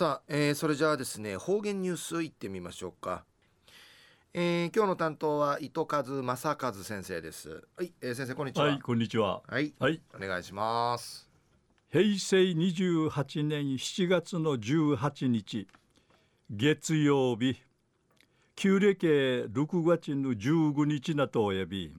さあ、それじゃあですね、方言ニュースいってみましょうか。今日の担当は糸数正和先生です。はい、先生こんにちはい、 は。 こんにちは。 はい、 はい、 お願いします。 平成28年7月の18日、月曜日、旧暦6月の15日なとおやび、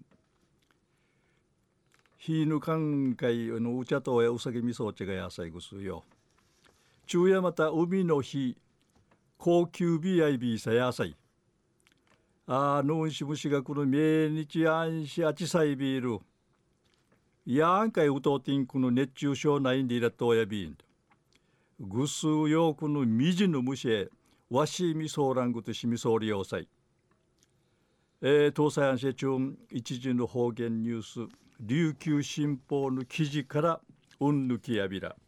日ぬかんかいのうちゃとやうさぎみそうちがやさいぐすよ。昼夜また海の日、高級日やいびさやさい。のんしむしがこの命日あんしあちさいビール。やんかいうとうてんこの熱中症ないんでいらとおやびん。ぐすうよくのみじのむしえ、わしみそうらんぐとしみそうりようさい。東西安市中一時の方言ニュース、琉球新報の記事からうんぬきやびら。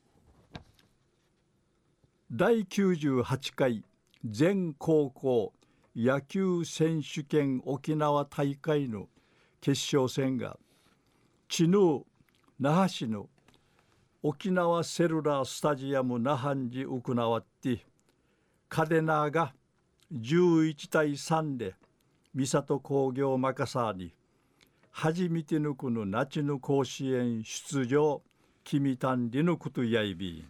第98回全高校野球選手権沖縄大会の決勝戦が、知ぬ那覇市の沖縄セルラースタジアム那覇に行わって、カデナーが11対3で三郷工業マカサーに初めてのこの夏の甲子園出場決めたんりのことやいび。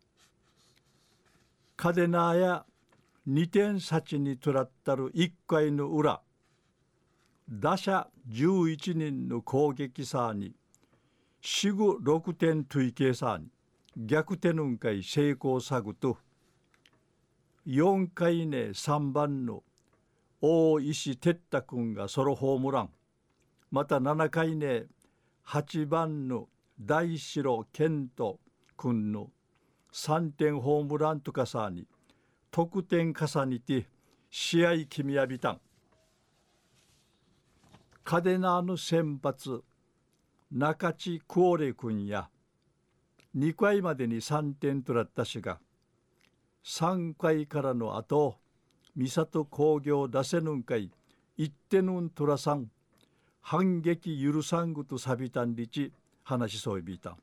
カデナーや2点先にとらったる1回の裏、打者11人の攻撃さに4、6点推計さに逆転のんかい成功さぐと、4回ね3番の大石哲太君がソロホームラン、また7回ね8番の大城健人君の3点ホームランとかさに得点重ねて試合決めやびたん。カデナーの先発中地クオレ君や2回までに3点取らったしが、3回からの後三郷工業出せぬんかい1点ん取らさん反撃許さんぐとさびたんりち話しそういびいたん。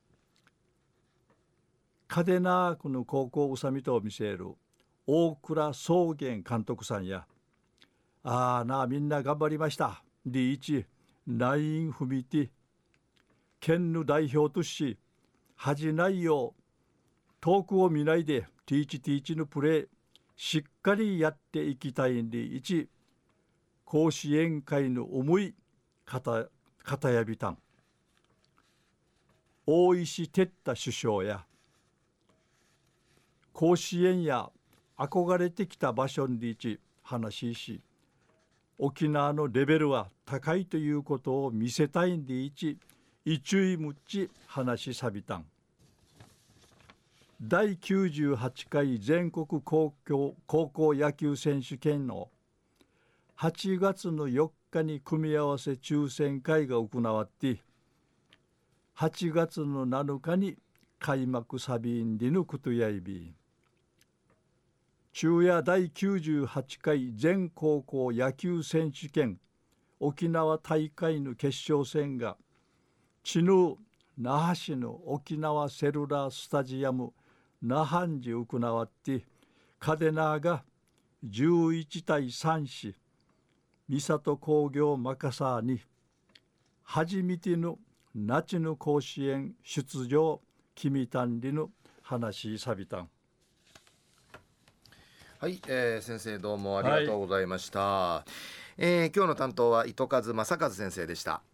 カデナークの高校うさみとを見せる大倉草原監督さんや、みんな頑張りましたリーチナイン踏みて県の代表とし恥ないよう遠くを見ないでティーチのプレーしっかりやっていきたいんで一甲子園会の思い方やびたん。大石哲太首相や甲子園や憧れてきた場所に一話し、沖縄のレベルは高いということを見せたいんで一注意むっち話しさびたん。第98回全国高校野球選手権の8月の4日に組み合わせ抽選会が行わって、8月の7日に開幕サビンリヌクトヤイビー。昼夜第98回全高校野球選手権沖縄大会の決勝戦が、知ぬ那覇市の沖縄セルラースタジアム那覇に行わって、カデナーが11対3し、三郷工業マカサーに初めての夏の甲子園出場決めたんりの話さびたん。 はい、先生どうもありがとうございました。今日の担当は糸数正和先生でした。